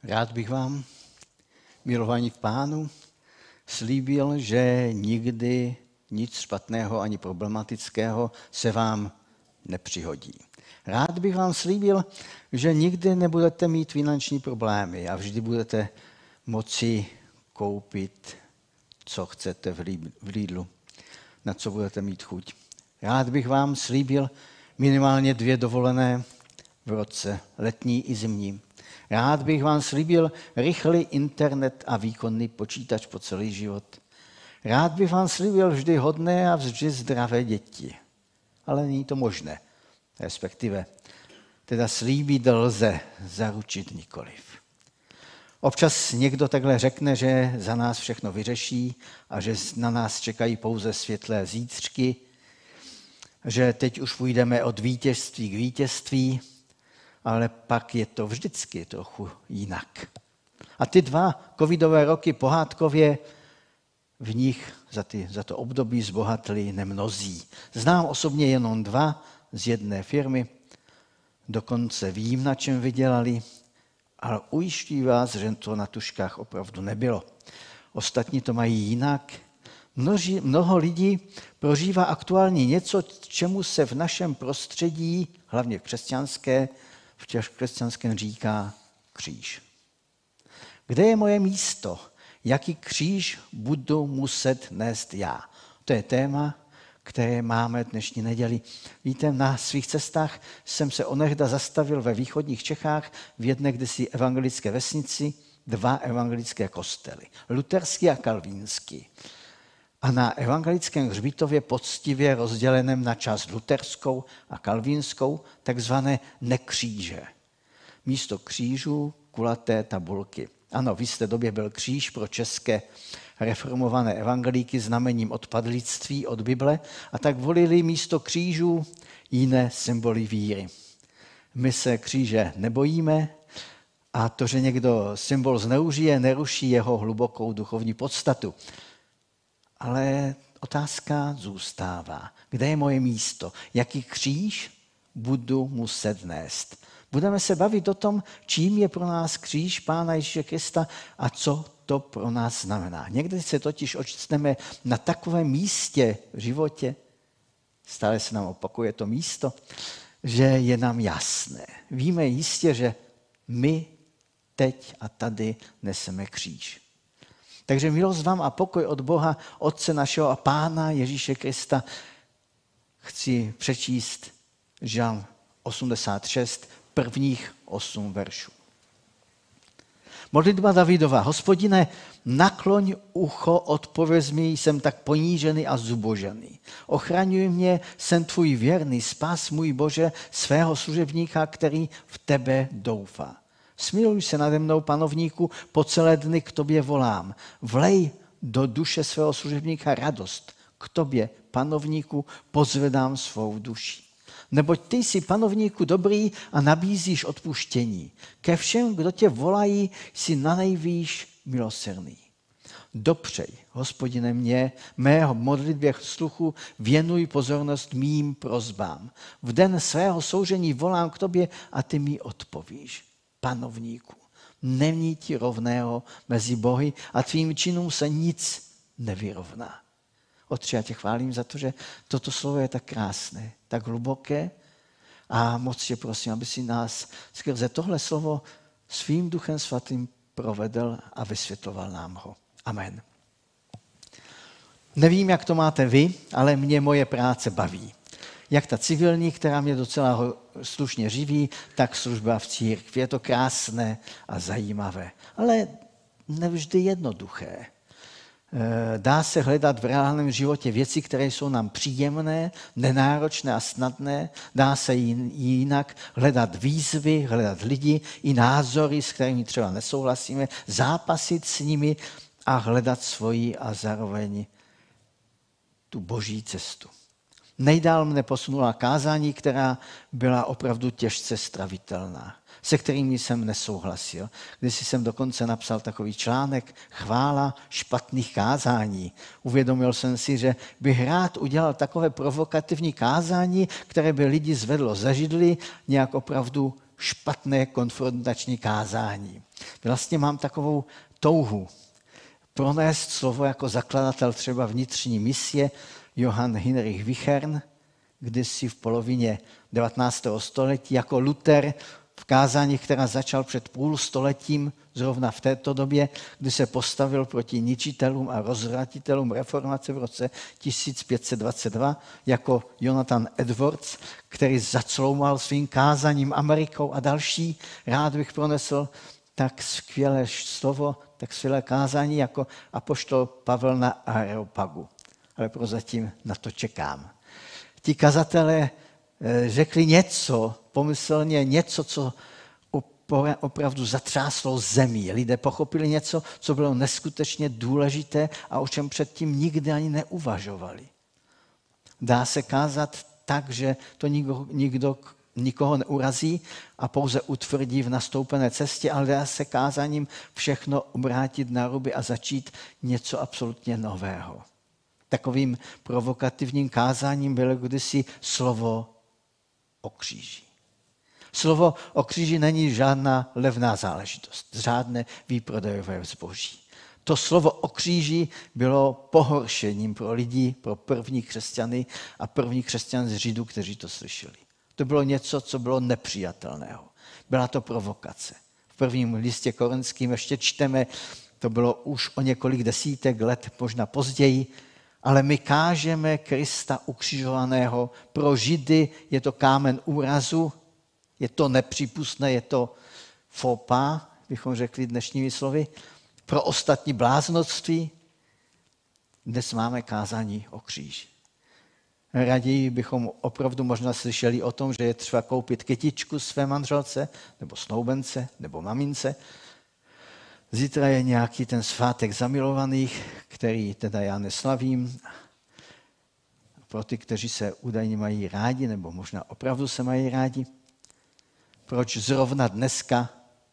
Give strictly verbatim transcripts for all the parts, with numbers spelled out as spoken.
Rád bych vám, milovaní v Pánu, slíbil, že nikdy nic špatného ani problematického se vám nepřihodí. Rád bych vám slíbil, že nikdy nebudete mít finanční problémy a vždy budete moci koupit, co chcete v Lidlu, na co budete mít chuť. Rád bych vám slíbil minimálně dvě dovolené v roce, letní i zimní. Rád bych vám slíbil rychlý internet a výkonný počítač po celý život. Rád bych vám slíbil vždy hodné a vždy zdravé děti. Ale není to možné, respektive teda slíbit lze, zaručit nikoliv. Občas někdo takhle řekne, že za nás všechno vyřeší a že na nás čekají pouze světlé zítřky, že teď už půjdeme od vítězství k vítězství, ale pak je to vždycky trochu jinak. A ty dva covidové roky pohádkově v nich za, ty, za to období zbohatli nemnozí. Znám osobně jenom dva z jedné firmy, dokonce vím, na čem vydělali, ale ujišťuji vás, že to na tužkách opravdu nebylo. Ostatní to mají jinak. Množí, mnoho lidí prožívá aktuálně něco, čemu se v našem prostředí, hlavně v křesťanské, v křesťanském říká kříž. Kde je moje místo? Jaký kříž budu muset nést já? To je téma, které máme dnešní neděli. Víte, na svých cestách jsem se onehda zastavil ve východních Čechách v jedné kdysi evangelické vesnici, dva evangelické kostely, luterský a kalvínský. A na evangelickém hřbitově poctivě rozděleném na část luterskou a kalvínskou, takzvané nekříže. Místo křížů kulaté tabulky. Ano, v jisté době byl kříž pro české reformované evangelíky znamením odpadlictví od Bible a tak volili místo křížů jiné symboly víry. My se kříže nebojíme a to, že někdo symbol zneužije, neruší jeho hlubokou duchovní podstatu. Ale otázka zůstává. Kde je moje místo? Jaký kříž budu muset nést? Budeme se bavit o tom, čím je pro nás kříž Pána Ježíše Krista a co to pro nás znamená. Někdy se totiž ocitneme na takovém místě v životě, stále se nám opakuje to místo, že je nám jasné. Víme jistě, že my teď a tady neseme kříž. Takže milost vám a pokoj od Boha, Otce našeho a Pána Ježíše Krista. Chci přečíst Žalm osmdesát šest, prvních osm veršů. Modlitba Davidova. Hospodine, nakloň ucho, odpověz mi, jsem tak ponížený a zubožený. Ochraňuj mě, jsem tvůj věrný, spás můj Bože, svého služebníka, který v tebe doufá. Smiluj se nade mnou, panovníku, po celé dny k tobě volám. Vlej do duše svého služebníka radost. K tobě, panovníku, pozvedám svou duši. Neboť ty jsi, panovníku, dobrý a nabízíš odpuštění. Ke všem, kdo tě volají, jsi nanejvýš milosrdný. Dopřej, Hospodine, mě, mého modlitbě sluchu, věnuj pozornost mým prosbám. V den svého soužení volám k tobě a ty mi odpovíš. Panovníku, není ti rovného mezi bohy a tvým činům se nic nevyrovná. Otče, já tě chválím za to, že toto slovo je tak krásné, tak hluboké a moc tě prosím, aby si nás skrze tohle slovo svým Duchem Svatým provedl a vysvětloval nám ho. Amen. Nevím, jak to máte vy, ale mě moje práce baví. Jak ta civilní, která mě docela slušně živí, tak služba v církvi. Je to krásné a zajímavé, ale nevždy jednoduché. Dá se hledat v reálném životě věci, které jsou nám příjemné, nenáročné a snadné. Dá se jinak hledat výzvy, hledat lidi i názory, s kterými třeba nesouhlasíme, zápasit s nimi a hledat svoji a zároveň tu boží cestu. Nejdál mne posunula kázání, která byla opravdu těžce stravitelná, se kterými jsem nesouhlasil. Když jsem dokonce napsal takový článek Chvála špatných kázání. Uvědomil jsem si, že bych rád udělal takové provokativní kázání, které by lidi zvedlo za židli, nějak opravdu špatné konfrontační kázání. Vlastně mám takovou touhu pronést slovo jako zakladatel třeba vnitřní misie Johann Heinrich Wichern, kdysi v polovině devatenáctého století jako Luther v kázání, která začal před půl stoletím, zrovna v této době, kdy se postavil proti ničitelům a rozvratitelům reformace v roce tisíc pět set dvacet dva, jako Jonathan Edwards, který zacloumal svým kázáním Amerikou a další. Rád bych pronesl tak skvělé slovo, tak skvělé kázání jako apoštol Pavel na Areopagu. Ale prozatím na to čekám. Ti kazatelé řekli něco, pomyslně něco, co opravdu zatřáslo zemí. Lidé pochopili něco, co bylo neskutečně důležité a o čem předtím nikdy ani neuvažovali. Dá se kázat tak, že to nikdo, nikdo, nikoho neurazí a pouze utvrdí v nastoupené cestě, ale dá se kázáním všechno obrátit na ruby a začít něco absolutně nového. Takovým provokativním kázáním bylo kdysi slovo o kříži. Slovo o kříži není žádná levná záležitost, žádné výprodejové zboží. To slovo o kříži bylo pohoršením pro lidi, pro první křesťany a první křesťan z Židů, kteří to slyšeli. To bylo něco, co bylo nepřijatelného. Byla to provokace. V prvním listě Korinským ještě čteme, to bylo už o několik desítek let, možná později, ale my kážeme Krista ukřižovaného. Pro Židy je to kámen úrazu, je to nepřípustné, je to faux pas, bychom řekli dnešními slovy. Pro ostatní bláznoství dnes máme kázání o kříži. Raději bychom opravdu možná slyšeli o tom, že je třeba koupit kytičku své manželce, nebo snoubence, nebo mamince. Zítra je nějaký ten svátek zamilovaných, který teda já neslavím. Pro ty, kteří se údajně mají rádi, nebo možná opravdu se mají rádi. Proč zrovna dneska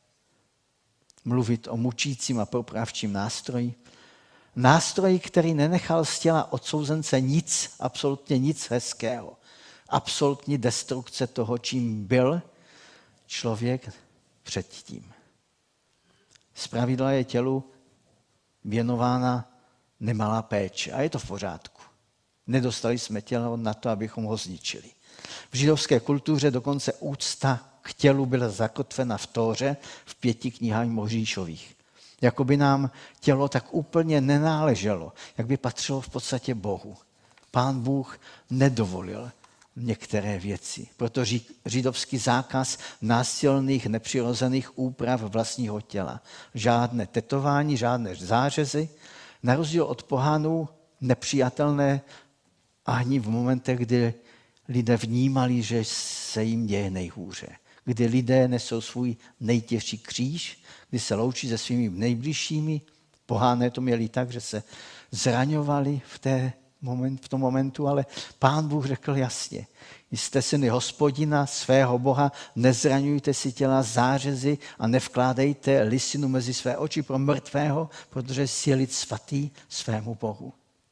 mluvit o mučícím a popravčím nástroji? Nástroj, který nenechal z těla odsouzence nic, absolutně nic hezkého. Absolutní destrukce toho, čím byl člověk předtím. Zpravidla je tělu věnována nemalá péče a je to v pořádku. Nedostali jsme tělo na to, abychom ho zničili. V židovské kultuře dokonce úcta k tělu byla zakotvena v Tóře v pěti knihách Mojžíšových. Jakoby nám tělo tak úplně nenáleželo, jak by patřilo v podstatě Bohu. Pán Bůh nedovolil některé věci. Proto židovský zákaz násilných, nepřirozených úprav vlastního těla. Žádné tetování, žádné zářezy. Na rozdíl od pohanů nepřijatelné ani v momentech, kdy lidé vnímali, že se jim děje nejhůře. Kdy lidé nesou svůj nejtěžší kříž, kdy se loučí se svými nejbližšími. Pohané to měli tak, že se zraňovali v, té moment, v tom momentu, ale Pán Bůh řekl jasně, jste syny Hospodina, svého Boha, nezraňujte si těla zářezy a nevkládejte lisinu mezi své oči pro mrtvého, protože jsi lid svatý svému Bohu.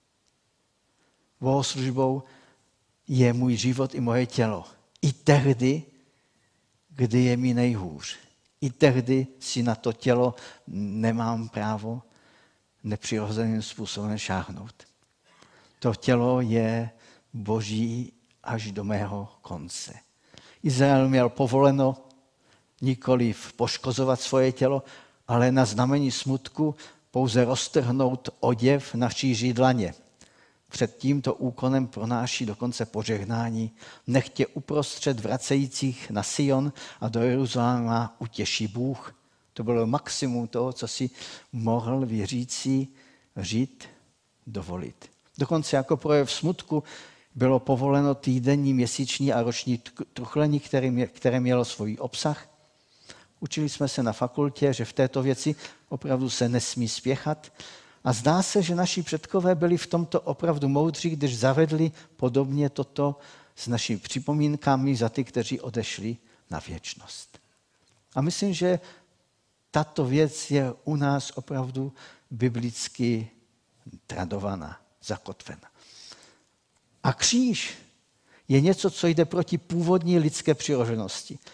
Bohoslužbou je můj život i moje tělo. I tehdy, kdy je mi nejhůř. I tehdy si na to tělo nemám právo nepřirozeným způsobem šáhnout. To tělo je Boží až do mého konce. Izrael měl povoleno nikoliv poškozovat svoje tělo, ale na znamení smutku pouze roztrhnout oděv na šíři dlaně. Před tímto úkonem pronáší dokonce požehnání. Nechtě uprostřed vracejících na Sion a do Jeruzaléma utěší Bůh. To bylo maximum toho, co si mohl věřící Žid dovolit. Dokonce jako projev smutku bylo povoleno týdenní, měsíční a roční truchlení, které, které mělo svůj obsah. Učili jsme se na fakultě, že v této věci opravdu se nesmí spěchat. A zdá se, že naši předkové byli v tomto opravdu moudří, když zavedli podobně toto s našimi připomínkami za ty, kteří odešli na věčnost. A myslím, že tato věc je u nás opravdu biblicky tradovaná, zakotvena. A kříž je něco, co jde proti původní lidské přirozenosti.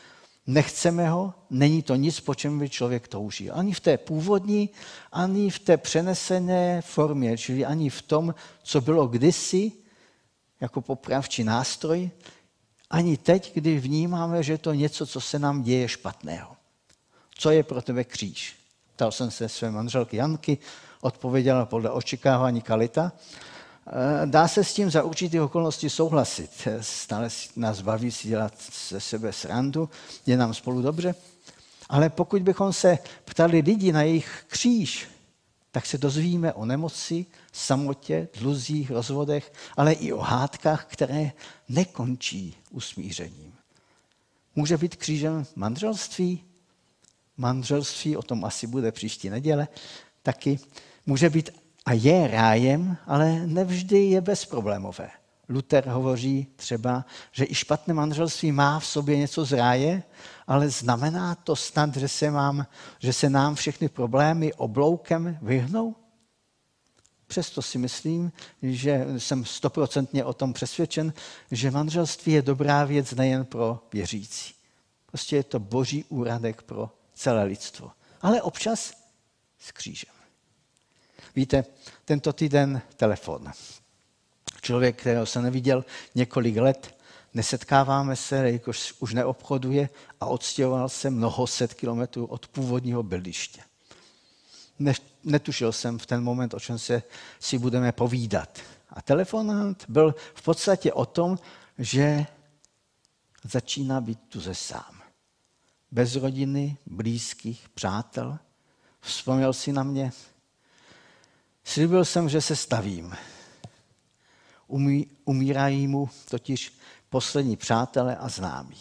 nechceme ho, není to nic, po čem by člověk toužil. Ani v té původní, ani v té přenesené formě, čili ani v tom, co bylo kdysi, jako popravčí nástroj, ani teď, kdy vnímáme, že je to něco, co se nám děje špatného. Co je pro tebe kříž? Ptal jsem se své manželky Janky, odpověděla podle očekávání Kalita. Dá se s tím za určitých okolností souhlasit. Stále nás baví si dělat ze sebe srandu, je nám spolu dobře. Ale pokud bychom se ptali lidi na jejich kříž, tak se dozvíme o nemoci, samotě, dluzích, rozvodech, ale i o hádkách, které nekončí usmířením. Může být křížem manželství, manželství, o tom asi bude příští neděle, taky může být a je rájem, ale nevždy je bezproblémové. Luther hovoří třeba, že i špatné manželství má v sobě něco z ráje, ale znamená to snad, že se, mám, že se nám všechny problémy obloukem vyhnou? Přesto si myslím, že jsem stoprocentně o tom přesvědčen, že manželství je dobrá věc nejen pro věřící. Prostě je to boží úradek pro celé lidstvo. Ale občas s křížem. Víte, tento týden telefon. Člověk, kterého jsem neviděl několik let, nesetkáváme se, jakož už neobchoduje a odstěhoval se mnoho set kilometrů od původního bydliště. Ne, netušil jsem v ten moment, o čem se si budeme povídat. A telefonát byl v podstatě o tom, že začíná být tu ze sám. Bez rodiny, blízkých, přátel. Vzpomněl si na mě. Slíbil jsem, že se stavím. Umí, umírají mu totiž poslední přátelé a známí.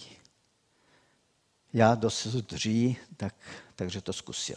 Já dosud dří, tak, takže to zkusil.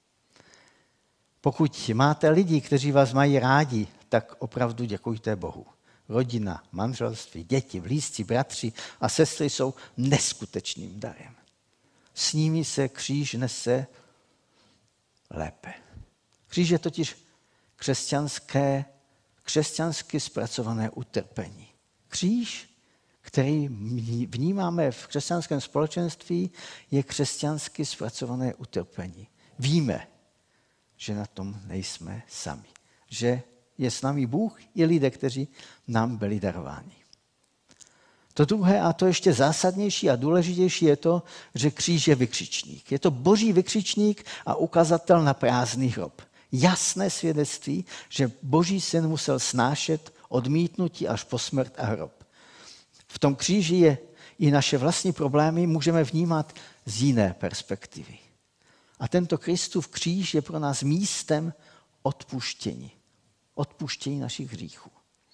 Pokud máte lidi, kteří vás mají rádi, tak opravdu děkujte Bohu. Rodina, manželství, děti, blízcí, bratři a sestry jsou neskutečným darem. S nimi se kříž nese lépe. Kříž je totiž křesťanské, křesťansky zpracované utrpení. Kříž, který vnímáme v křesťanském společenství, je křesťansky zpracované utrpení. Víme, že na tom nejsme sami. Že je s námi Bůh i lidé, kteří nám byli darováni. To druhé, a to ještě zásadnější a důležitější, je to, že kříž je vykřičník. Je to boží vykřičník a ukazatel na prázdný hrob. Jasné svědectví, že boží syn musel snášet odmítnutí až po smrt a hrob. V tom kříži je i naše vlastní problémy můžeme vnímat z jiné perspektivy. A tento Kristův kříž je pro nás místem odpuštění. Odpuštění našich hříchů.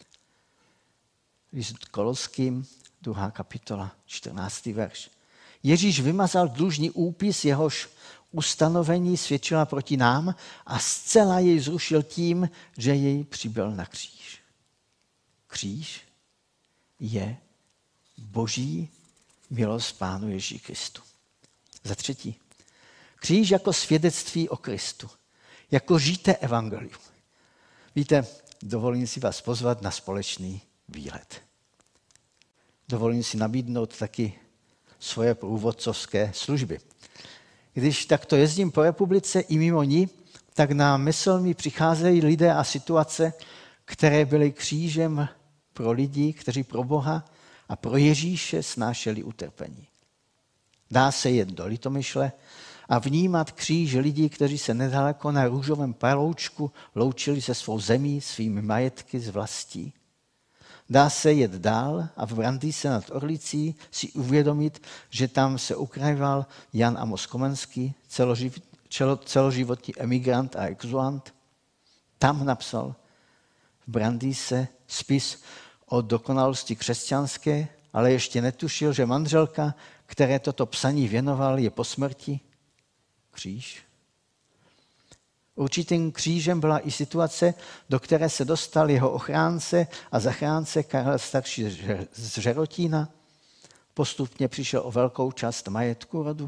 List Koloským, druhá kapitola, čtrnáctý verš. Ježíš vymazal dlužný úpis, jehož ustanovení svědčila proti nám a zcela jej zrušil tím, že jej přibyl na kříž. Kříž je boží milost Pánu Ježíši Kristu. Za třetí, kříž jako svědectví o Kristu, jako žité evangelium. Víte, dovolím si vás pozvat na společný výlet. Dovolím si nabídnout taky svoje průvodcovské služby. Když takto jezdím po republice i mimo ní, tak na mysl mi přicházejí lidé a situace, které byly křížem pro lidi, kteří pro Boha a pro Ježíše snášeli utrpení. Dá se jet do Litomyšle a vnímat kříž lidí, kteří se nedaleko na růžovém paloučku loučili se svou zemí, svými majetky z vlastí. Dá se jet dál a v Brandýse nad Orlicí si uvědomit, že tam se ukrajoval Jan Amos Komenský, celoživ, celoživotní emigrant a exulant. Tam napsal v Brandýse spis o dokonalosti křesťanské, ale ještě netušil, že manželka, které toto psaní věnoval, je po smrti. Kříž. Určitým křížem byla i situace, do které se dostal jeho ochránce a zachránce Karel starší z Žerotína. Postupně přišel o velkou část majetku rodu.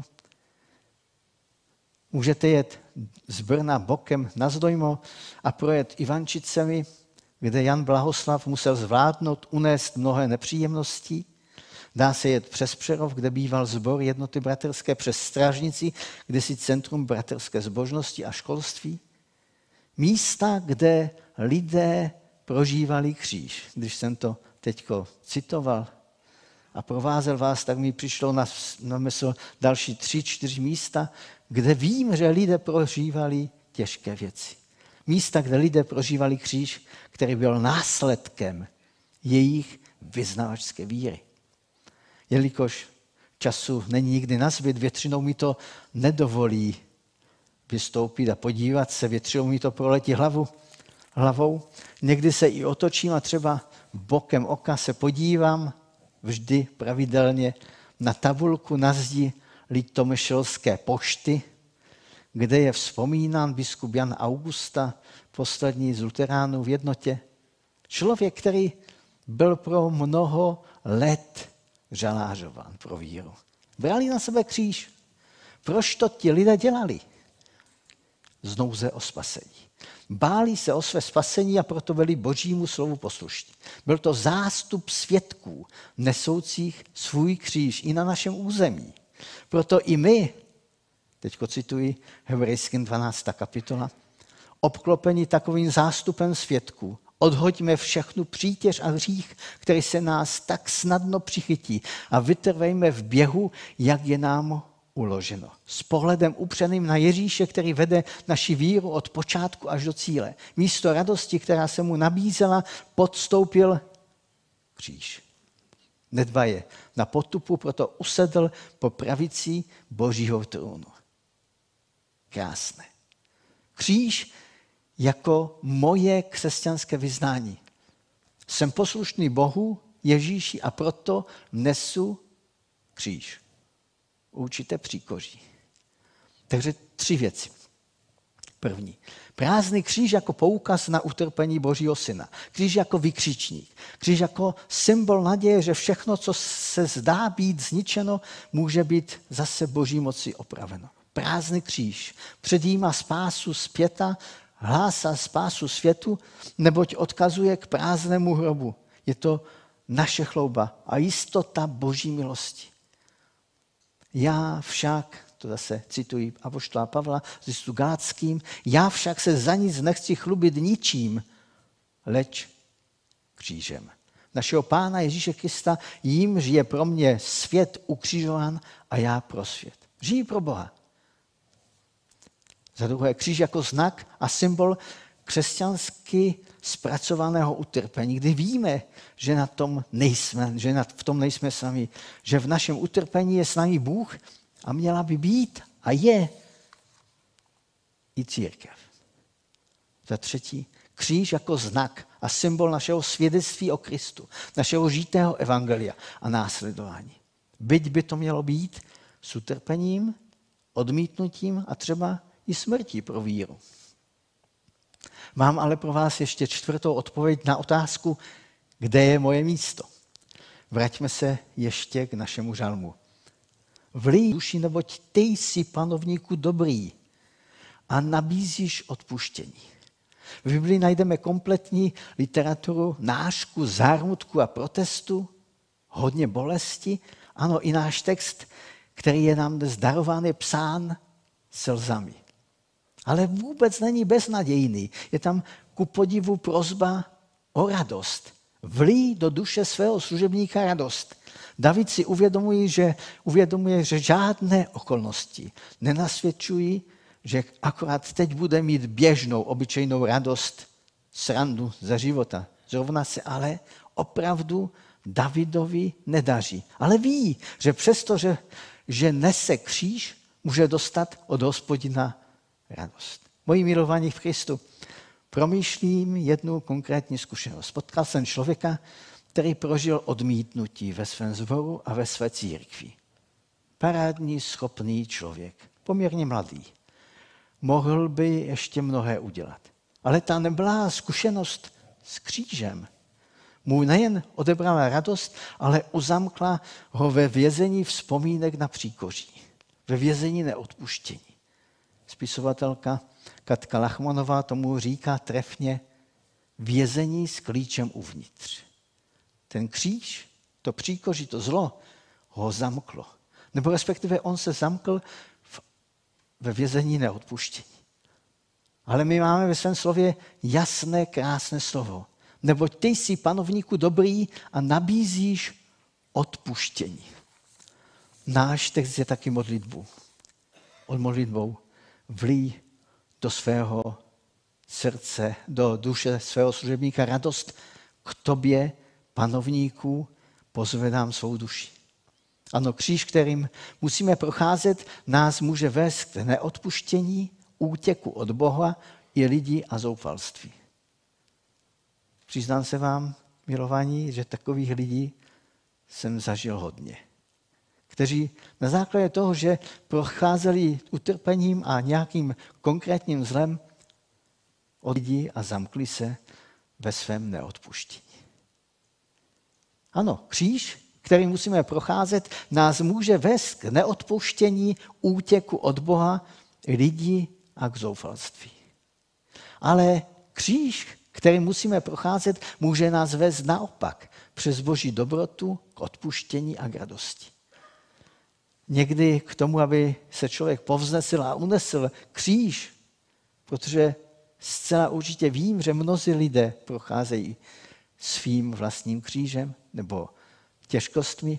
Můžete jet z Brna bokem na Zdojmo a projet Ivančicemi, kde Jan Blahoslav musel zvládnout unést mnohé nepříjemnosti. Dá se jet přes Přerov, kde býval sbor Jednoty bratrské, přes Strážnici, kde si centrum bratrské zbožnosti a školství. Místa, kde lidé prožívali kříž. Když jsem to teďko citoval a provázel vás, tak mi přišlo na, na mysl další tři, čtyři místa, kde vím, že lidé prožívali těžké věci. Místa, kde lidé prožívali kříž, který byl následkem jejich vyznavačské víry. Jelikož času není nikdy nazbyt, většinou mi to nedovolí vystoupit a podívat se, většinou mi to proletí hlavu, hlavou. Někdy se i otočím a třeba bokem oka se podívám vždy pravidelně na tabulku na zdi Litomyšlské pošty, kde je vzpomínán biskup Jan Augusta, poslední z luteránů v Jednotě. Člověk, který byl pro mnoho let žalářován pro víru. Brali na sebe kříž. Proč to ti lidé dělali? Z nouze o spasení. Báli se o své spasení a proto byli Božímu slovu poslušní. Byl to zástup svědků, nesoucích svůj kříž i na našem území. Proto i my, teďko cituji Hebrejským dvanáctá kapitola, obklopeni takovým zástupem svědků, odhoďme všechnu přítěž a hřích, který se nás tak snadno přichytí a vytrvejme v běhu, jak je nám uloženo. S pohledem upřeným na Ježíše, který vede naši víru od počátku až do cíle. Místo radosti, která se mu nabízela, podstoupil kříž. Nedbaje na potupu, proto usedl po pravici Božího trůnu. Krásné. Kříž jako moje křesťanské vyznání. Jsem poslušný Bohu, Ježíši a proto nesu kříž. Určité příkoří. Takže tři věci. První. Prázdný kříž jako poukaz na utrpení Božího syna. Kříž jako vykřičník. Kříž jako symbol naděje, že všechno, co se zdá být zničeno, může být zase Boží moci opraveno. Prázdný kříž předjímá spásu zpěta, hlásá spásu světu, neboť odkazuje k prázdnému hrobu. Je to naše chlouba a jistota Boží milosti. Já však, to zase cituji apoštola Pavla z listu Galackým, já však se za nic nechci chlubit ničím, leč křížem. Našeho Pána Ježíše Krista, jímž je pro mě svět ukřižován a já pro svět. Žijí pro Boha. Za druhé, kříž jako znak a symbol křesťansky zpracovaného utrpení, kdy víme, že na tom nejsme, že v tom nejsme sami, že v našem utrpení je s námi Bůh a měla by být a je i církev. Za třetí, kříž jako znak a symbol našeho svědectví o Kristu, našeho žitého evangelia a následování. Byť by to mělo být s utrpením, odmítnutím a třeba i smrtí pro víru. Mám ale pro vás ještě čtvrtou odpověď na otázku, kde je moje místo. Vraťme se ještě k našemu žalmu. Vlij duši, neboť ty jsi, panovníku, dobrý a nabízíš odpuštění. V Biblii najdeme kompletní literaturu nášku, zármutku a protestu, hodně bolesti. Ano, i náš text, který je nám dnes darován, je psán slzami. Ale vůbec není beznadějný. Je tam ku podivu prosba o radost. Vlij do duše svého služebníka radost. David si uvědomuje, že, uvědomuje, že žádné okolnosti nenasvědčují, že akorát teď bude mít běžnou, obyčejnou radost, srandu ze života. Zrovna se ale opravdu Davidovi nedaří. Ale ví, že přesto, že, že nese kříž, může dostat od Hospodina radost. Moji milovaní v Kristu, promýšlím jednu konkrétní zkušenost. Potkal jsem člověka, který prožil odmítnutí ve svém sboru a ve své církvi. Parádní, schopný člověk, poměrně mladý. Mohl by ještě mnohé udělat. Ale ta neblahá zkušenost s křížem mu nejen odebrala radost, ale uzamkla ho ve vězení vzpomínek na příkoří. Ve vězení neodpuštění. Spisovatelka Katka Lachmanová tomu říká trefně vězení s klíčem uvnitř. Ten kříž to příkoří, to zlo, ho zamklo. Nebo respektive on se zamkl v, ve vězení neodpuštění. Ale my máme ve svém slově jasné, krásné slovo. Neboť ty jsi, panovníku, dobrý a nabízíš odpuštění. Náš text je taky modlitbou. Od modlitbou vlij do svého srdce, do duše svého služebníka radost k tobě, panovníku, pozvedám svou duši. Ano, kříž, kterým musíme procházet, nás může vést k neodpuštění, útěku od Boha i lidí a zoufalství. Přiznám se vám, milovaní, že takových lidí jsem zažil hodně. Kteří na základě toho, že procházeli utrpením a nějakým konkrétním zlem, od lidí a zamkli se ve svém neodpuštění. Ano, kříž, který musíme procházet, nás může vést k neodpuštění, útěku od Boha, lidí a k zoufalství. Ale kříž, který musíme procházet, může nás vést naopak přes Boží dobrotu k odpuštění a k radosti. Někdy k tomu, aby se člověk povznesl a unesl kříž, protože zcela určitě vím, že mnozí lidé procházejí svým vlastním křížem nebo těžkostmi.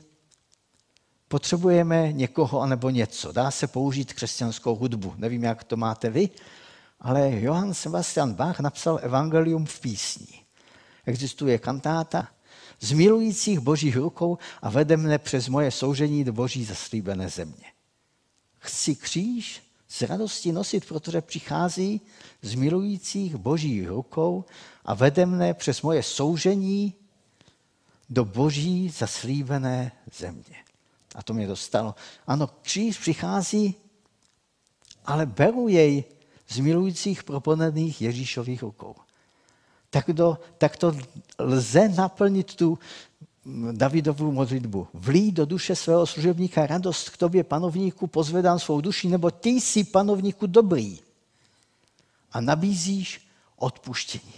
Potřebujeme někoho anebo něco. Dá se použít křesťanskou hudbu. Nevím, jak to máte vy, ale Johann Sebastian Bach napsal Evangelium v písni. Existuje kantáta z milujících Božích rukou a vede mne přes moje soužení do Boží zaslíbené země. Chci kříž z radosti nosit, protože přichází z milujících Božích rukou a vede mne přes moje soužení do Boží zaslíbené země. A to mě dostalo. Ano, kříž přichází, ale beru jej z milujících proponených Ježíšových rukou. Tak, do, tak to lze naplnit tu Davidovu modlitbu. Vlij do duše svého služebníka radost k tobě, panovníku, pozvedám svou duši, nebo ty jsi, panovníku, dobrý. A nabízíš odpuštění.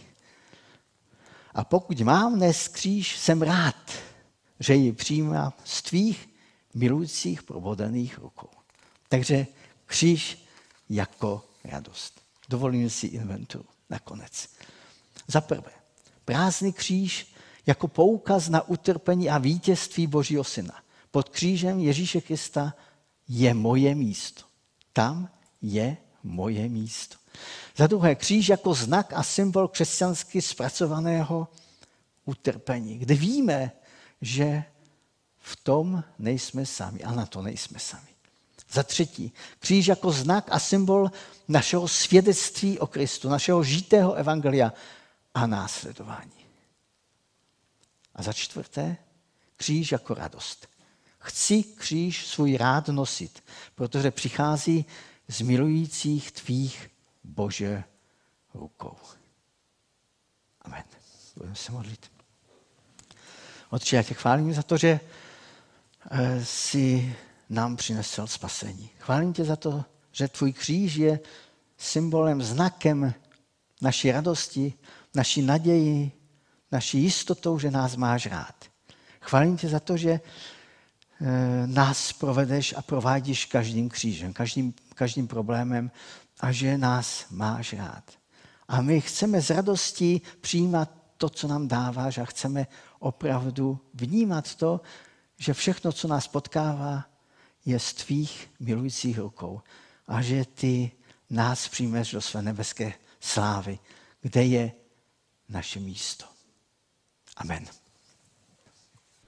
A pokud mám dnes kříž, jsem rád, že ji přijímám z tvých milujících probodených rukou. Takže kříž jako radost. Dovolím si inventuru nakonec. Za prvé, prázdný kříž jako poukaz na utrpení a vítězství Božího syna. Pod křížem Ježíše Krista je moje místo. Tam je moje místo. Za druhé, kříž jako znak a symbol křesťansky zpracovaného utrpení, kde víme, že v tom nejsme sami a na to nejsme sami. Za třetí, kříž jako znak a symbol našeho svědectví o Kristu, našeho žitého evangelia a následování. A za čtvrté, kříž jako radost. Chci kříž svůj rád nosit, protože přichází z milujících tvých Bože rukou. Amen. Budeme se modlit. Otče, já tě chválím za to, že jsi nám přinesl spasení. Chválím tě za to, že tvůj kříž je symbolem, znakem naší radosti, naší naději, naší jistotou, že nás máš rád. Chválím tě za to, že nás provedeš a provádíš každým křížem, každým, každým problémem a že nás máš rád. A my chceme z radostí přijímat to, co nám dáváš a chceme opravdu vnímat to, že všechno, co nás potkává, je z tvých milujících rukou a že ty nás přijmeš do své nebeské slávy, kde je naše místo. Amen.